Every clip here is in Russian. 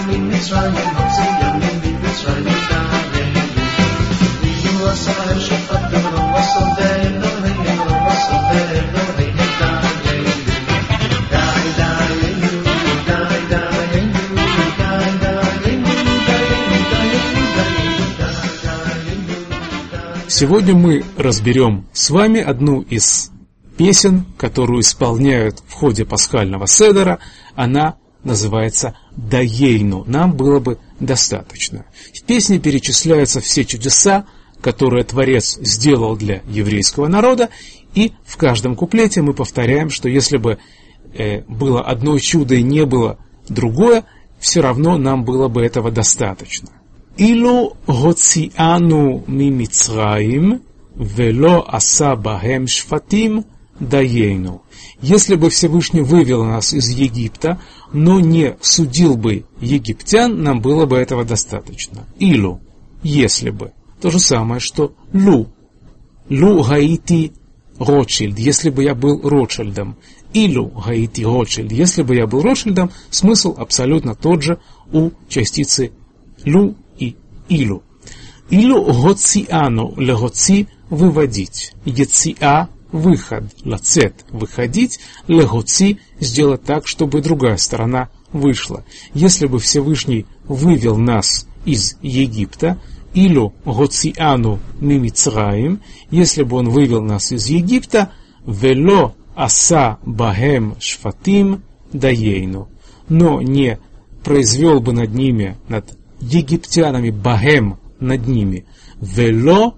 Сегодня мы разберем с вами одну из песен, которую исполняют в ходе пасхального седера. Она называется «Даейну». Нам было бы достаточно. В песне перечисляются все чудеса, которые Творец сделал для еврейского народа, и в каждом куплете мы повторяем, что если бы было одно чудо и не было другое, все равно нам было бы этого достаточно. «Илу гоциану ми Мицраим, вело аса бахем шфатим, даейну». Если бы Всевышний вывел нас из Египта, но не судил бы египтян, нам было бы этого достаточно. «Илу» – «если бы». То же самое, что «лу». «Лу гаити Ротшильд», если бы я был Ротшильдом. «Илу гаити Ротшильд», если бы я был Ротшильдом, смысл абсолютно тот же у частицы «лу» и «илу». «Илу гоциану» легоци – «выводить». «Ециа» – «выход». «Лацет» – «выходить». «Легоци» – «сделать так, чтобы другая сторона вышла». Если бы Всевышний вывел нас из Египта, «Илу гоциану ми Мицраим», если бы он вывел нас из Египта, «Вело аса бахем шфатим даейну», но не произвел бы над ними, над египтянами, бахем над ними, «Вело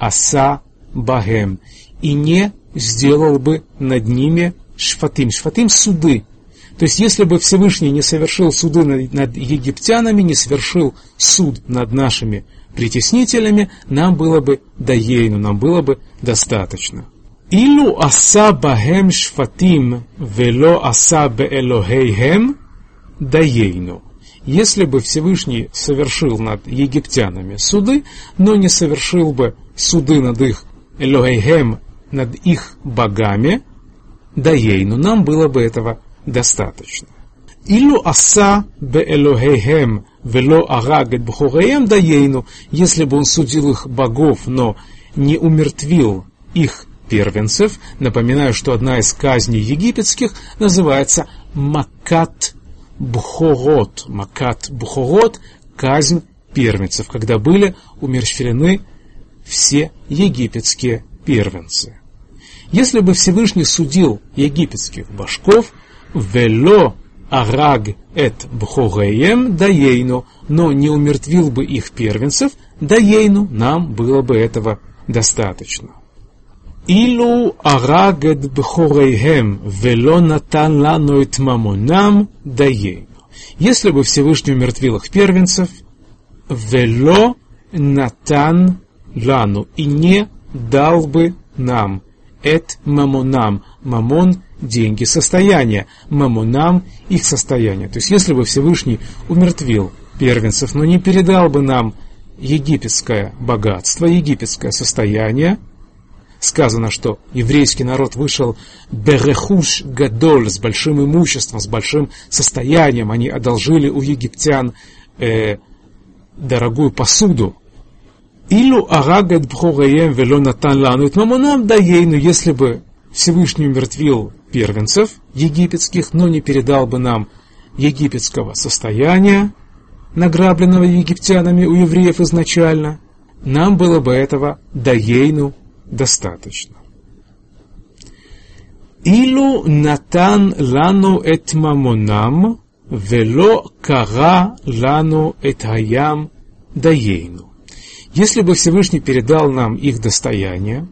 аса бахем», и не сделал бы над ними шфатим. Шфатим – суды. То есть, если бы Всевышний не совершил суды над египтянами, не совершил суд над нашими притеснителями, нам было бы даейну, нам было бы достаточно. «Илу аса бахем шфатим, вело аса беэлохейхем, даейну». Если бы Всевышний совершил над египтянами суды, но не совершил бы суды над их Элохейхем, над их богами, даейну, нам было бы этого достаточно. «Илу аса беэлохейхем, вело араг эт бхореем даейну», если бы он судил их богов, но не умертвил их первенцев. Напоминаю, что одна из казней египетских называется «макат бхорот». «Макат бхорот» – казнь первенцев, когда были умерщвлены все египетские первенцы. Если бы Всевышний судил египетских башков, «вело араг эт бхореем даейну», но не умертвил бы их первенцев, даейну, нам было бы этого достаточно. «Илу араг эт бхореем, вело натан лану эт мамонам даейну». Если бы Всевышний умертвил их первенцев, «вело натан лану», и не дал бы нам, эт мамонам, мамон – деньги, состояние, мамонам – их состояние. То есть, если бы Всевышний умертвил первенцев, но не передал бы нам египетское богатство, египетское состояние, сказано, что еврейский народ вышел берехуш гадоль, с большим имуществом, с большим состоянием, они одолжили у египтян дорогую посуду. «Илу арагет бхореем вело натан лану эт мамонам даейну», если бы Всевышний умертвил первенцев египетских, но не передал бы нам египетского состояния, награбленного египтянами у евреев изначально, нам было бы этого даейну достаточно. «Илу натан лану эт мамонам, вело кара лану эт хаям даейну». Если бы Всевышний передал нам их достояние,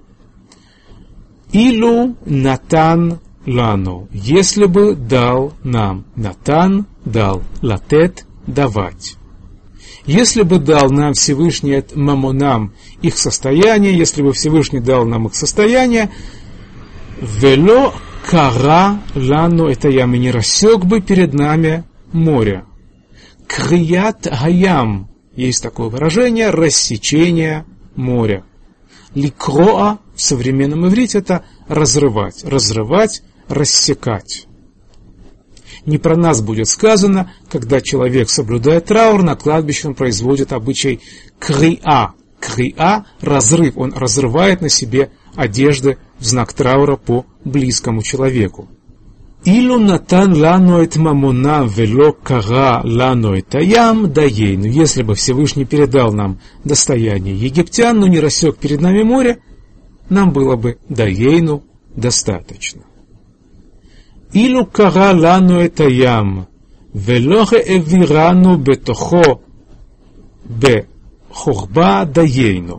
«Илу натан лану», если бы дал нам, натан дал, латет давать. Если бы дал нам Всевышний эт мамонам их состояние, если бы Всевышний дал нам их состояние, «Вело кара лану эт хаям», и не рассек бы перед нами море. «Крият хаям», есть такое выражение, рассечение моря. Ликроа в современном иврите это разрывать, рассекать. Не про нас будет сказано, когда человек соблюдает траур, на кладбище он производит обычай криа. Криа – разрыв, он разрывает на себе одежды в знак траура по близкому человеку. Илу натан лану эт мамона вело кара лану эт аям даейну. Если бы Всевышний передал нам достояние египтян, но не рассек перед нами море, нам было бы даейну достаточно. Илу кара лану эт аям вело эвирану бетохо бе хохба даейну.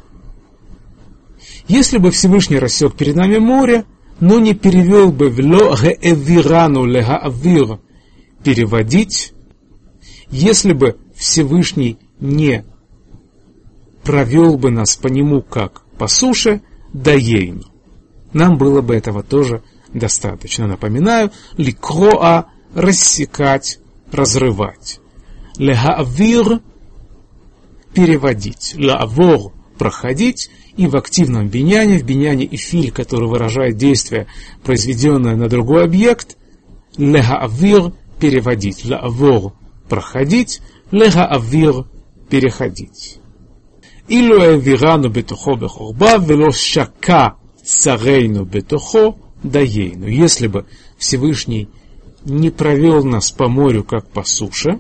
Если бы Всевышний рассек перед нами море, но не перевел бы вло гэвирану легаавир переводить, если бы Всевышний не провел бы нас по нему как по суше, даейну. Нам было бы этого тоже достаточно. Напоминаю, ликроа рассекать, разрывать. Легаавир переводить. Лаавор проходить. И в активном биньяне, в биньяне ифиль, который выражает действие, произведенное на другой объект, легаавир переводить, лаавор проходить, легаавир переходить. Илу эвирану бетухо бехорба, вело шака царейну бетухо даейну. Если бы Всевышний не провел нас по морю, как по суше,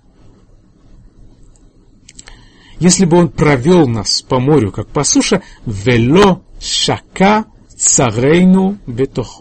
если бы он провел нас по морю, как по суше, вело шака царейну бетохо,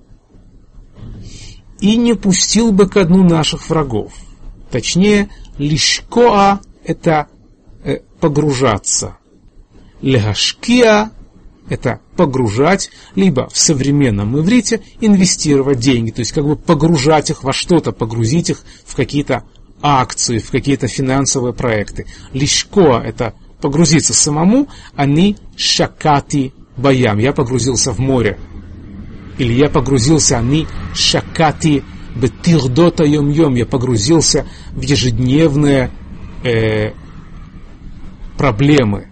и не пустил бы ко дну наших врагов. Точнее, лишкоа – это погружаться. Легашкиа – это погружать, либо в современном иврите инвестировать деньги, то есть как бы погружать их во что-то, погрузить их в какие-то акции, в какие-то финансовые проекты. Лишкоа – это погрузиться самому, они шакати баям. Я погрузился в море. Или я погрузился, они шакати бетирдота йом-йом. Я погрузился в ежедневные проблемы.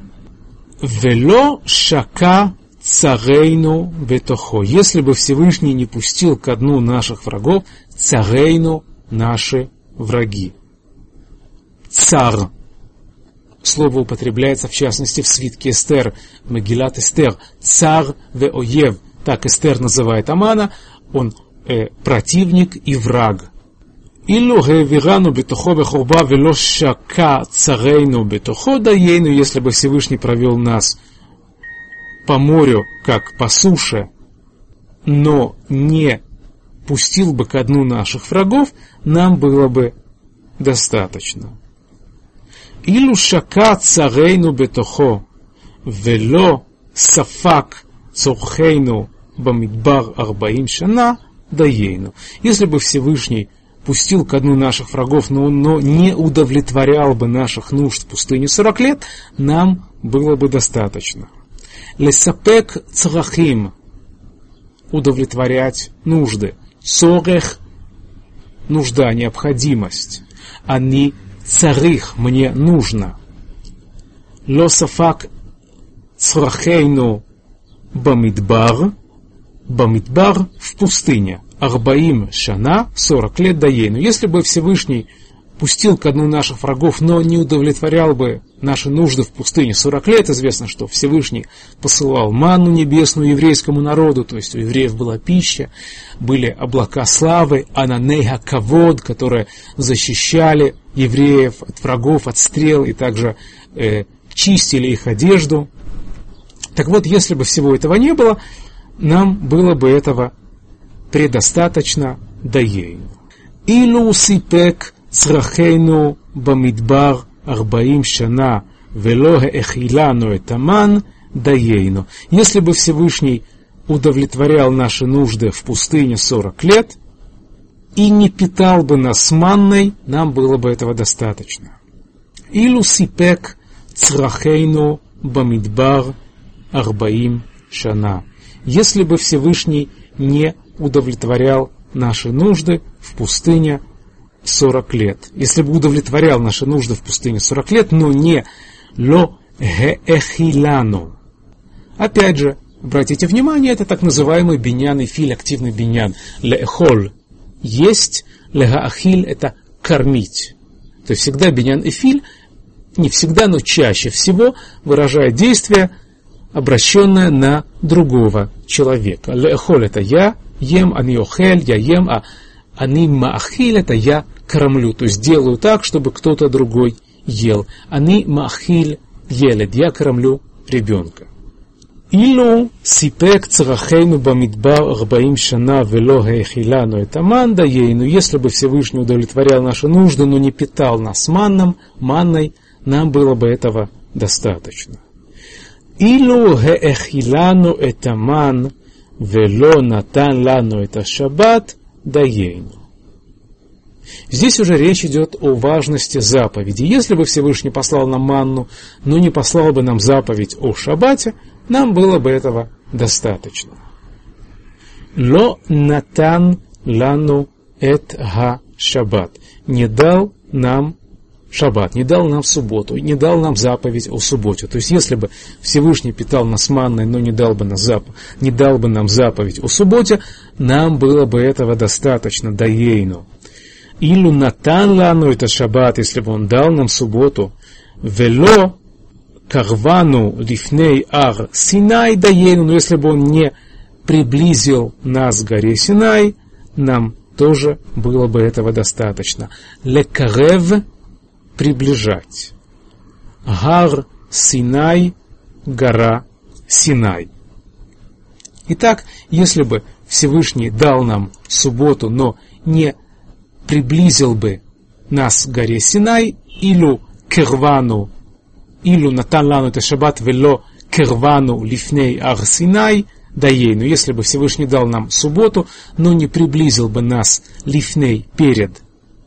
Вело шака царейну бетохо. Если бы Всевышний не пустил ко дну наших врагов, царейну наши враги. Цар. Слово употребляется в частности в свитке Эстер, Мегилат Эстер. Цар ве оев. Так Эстер называет Амана. Он противник и враг. Илу гэвирану бетохо бехорба вело шака царейну бетохо даейну. Если бы Всевышний провел нас по морю, как по суше, но не пустил бы ко дну наших врагов, нам было бы достаточно. Илу шака царейну бетохо вело сафак цорхейну бамидбар 40 шана даейну. Если бы Всевышний пустил ко дну наших врагов, но не удовлетворял бы наших нужд в пустыне 40 лет, нам было бы достаточно. Лесапек црахим удовлетворять нужды. Цорех нужда, необходимость. Они царих, мне нужно. Лосафак црахейну бамидбар, бамидбар в пустыне. 40 шана, 40 лет даейну. Если бы Всевышний пустил ко дну наших врагов, но не удовлетворял бы наши нужды в пустыне 40 лет, известно, что Всевышний посылал манну небесную еврейскому народу, то есть у евреев была пища, были облака славы, ананейха кавод, которые защищали евреев от врагов, от стрел и также чистили их одежду. Так вот, если бы всего этого не было, нам было бы этого предостаточно даейну. Илу сипек црахейну бамидбар 40 шана вело гэхилану этаман даейну. Если бы Всевышний удовлетворял наши нужды в пустыне 40 лет и не питал бы нас манной, нам было бы этого достаточно. Илу сипек црахейну бамидбар 40 шана. Если бы Всевышний не удовлетворял наши нужды в пустыне 40 лет. Если бы удовлетворял наши нужды в пустыне 40 лет, но не ло гэхилану. Опять же, обратите внимание, это так называемый биньян и филь, активный биньян. Лехоль есть, легаахиль – это кормить. То есть всегда биньян эфиль, не всегда, но чаще всего выражает действие, обращенное на другого человека. Леохоль – это я ем, ани охель, я ем, а ани маахиль – это я кормлю. То есть делаю так, чтобы кто-то другой ел. Ани маахиль елед, я кормлю ребенка. Илу сипек царахейну бамидбар 40 шана вело хаэхилану это ман даейну. Если бы Всевышний удовлетворял наши нужды, но не питал нас манной, нам было бы этого достаточно. Илу хаэхилану это ман вело натан лану это шаббат даейну. Здесь уже речь идет о важности заповеди. Если бы Всевышний послал нам манну, но не послал бы нам заповедь о шаббате, нам было бы этого достаточно. Ло натан лану эт ха шаббат. Не дал нам шаббат, не дал нам субботу, не дал нам заповедь о субботе. То есть, если бы Всевышний питал нас манной, но не дал бы нам заповедь о субботе, нам было бы этого достаточно, даейну. Илу натан лану это шаббат, если бы он дал нам субботу, вело карвану лифней ар Синай даейну, но если бы он не приблизил нас к горе Синай, нам тоже было бы этого достаточно. Лекарев – приближать. Гар Синай – гора Синай. Итак, если бы Всевышний дал нам субботу, но не приблизил бы нас к горе Синай, илу кервану, илу натан лану это шаббат вело кервану лифней ар Синай даейну. Если бы Всевышний дал нам субботу, но не приблизил бы нас лифней перед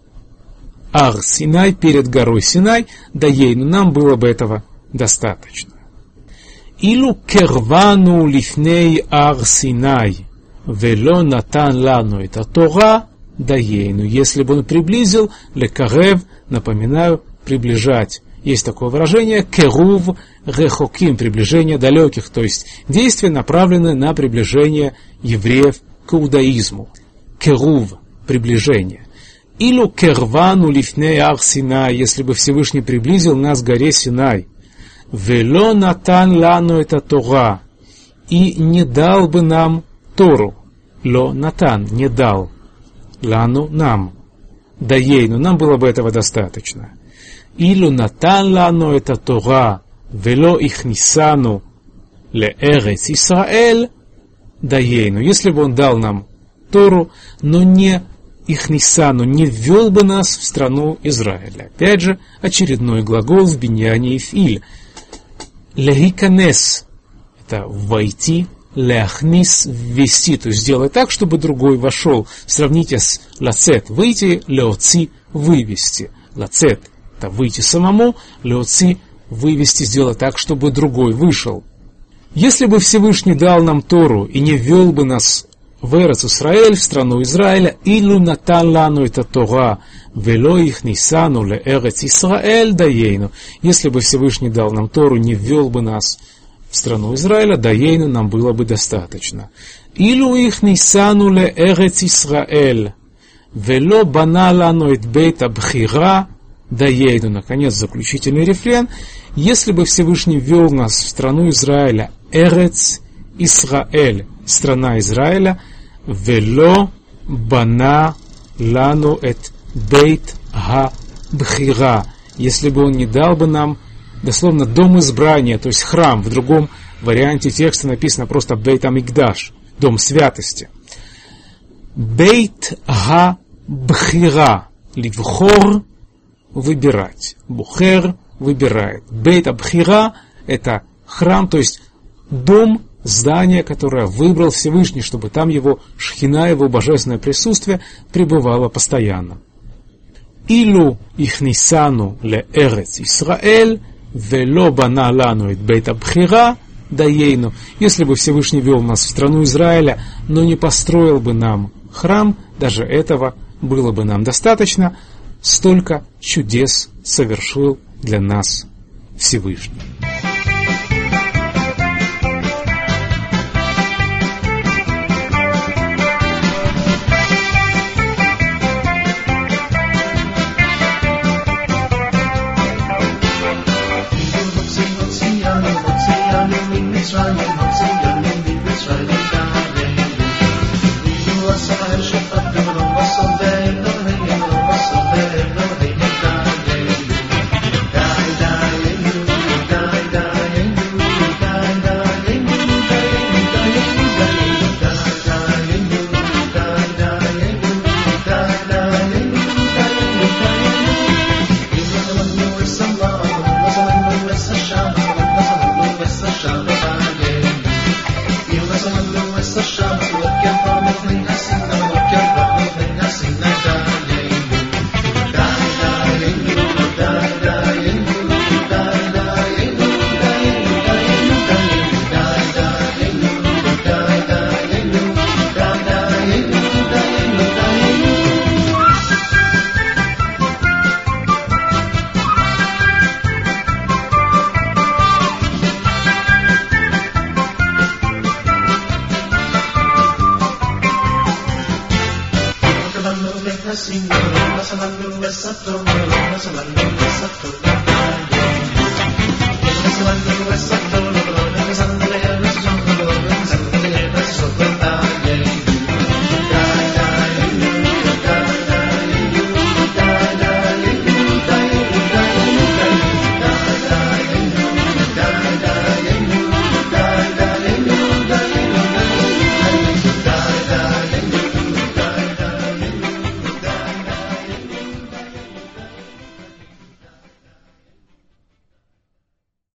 ар Синай, перед горой Синай, даейну, нам было бы этого достаточно. Илу кервану лифней ар Синай вело натан лану это Тора даейну. Если бы он приблизил, лекарев, напоминаю, приближать. Есть такое выражение, керув рехоким, приближение далеких, то есть действия, направленные на приближение евреев к иудаизму. Керув, приближение. Илу кервану лифней ар Синай, если бы Всевышний приблизил нас к горе Синай. Вело натан лану это Тора, и не дал бы нам Тору. Ло натан, не дал. Лану нам. Даейну, нам было бы этого достаточно. Илу натан лану это Тора, вело ихнисану леэрец Исраэль, даейну. Если бы он дал нам Тору, но не ихнисану, не ввел бы нас в страну Израиля. Опять же, очередной глагол в биньяне ифиль. Лехиканес – это войти, ляхнис – ввести, то есть сделать так, чтобы другой вошел. Сравните с лацет – выйти, леоци – вывести. Лацет – это выйти самому, леоци – вывести, сделать так, чтобы другой вышел. Если бы Всевышний дал нам Тору и не ввел бы нас в Эрец Исраэль, в страну Израиля, илу натан лану это Тора, вело ихнисану ле Эрец Исраэль даейну. Если бы Всевышний дал нам Тору, не ввел бы нас в страну Израиля, даейну, нам было бы достаточно. Илу ихнисану ле Эрец Исраэль, вело бана лану эт бейт абхира даейну. Наконец, заключительный рефрен. Если бы Всевышний ввел нас в страну Израиля, Эрец Исраэль, страна Израиля, вело бана лану эт бейт ха бхира, если бы он не дал бы нам, дословно, дом избрания, то есть храм, в другом варианте текста написано просто бейт амикдаш, дом святости. Бейт ха бхира, ливхор, выбирать, бухер, выбирает. Бейт абхира – это храм, то есть дом, здание, которое выбрал Всевышний, чтобы там его шхина, его божественное присутствие пребывало постоянно. Илу ихнисану ле Эрец Исраэль, вело бана лану эт бейт абхира даейну. Если бы Всевышний вел нас в страну Израиля, но не построил бы нам храм, даже этого было бы нам достаточно. Столько чудес совершил для нас Всевышний. West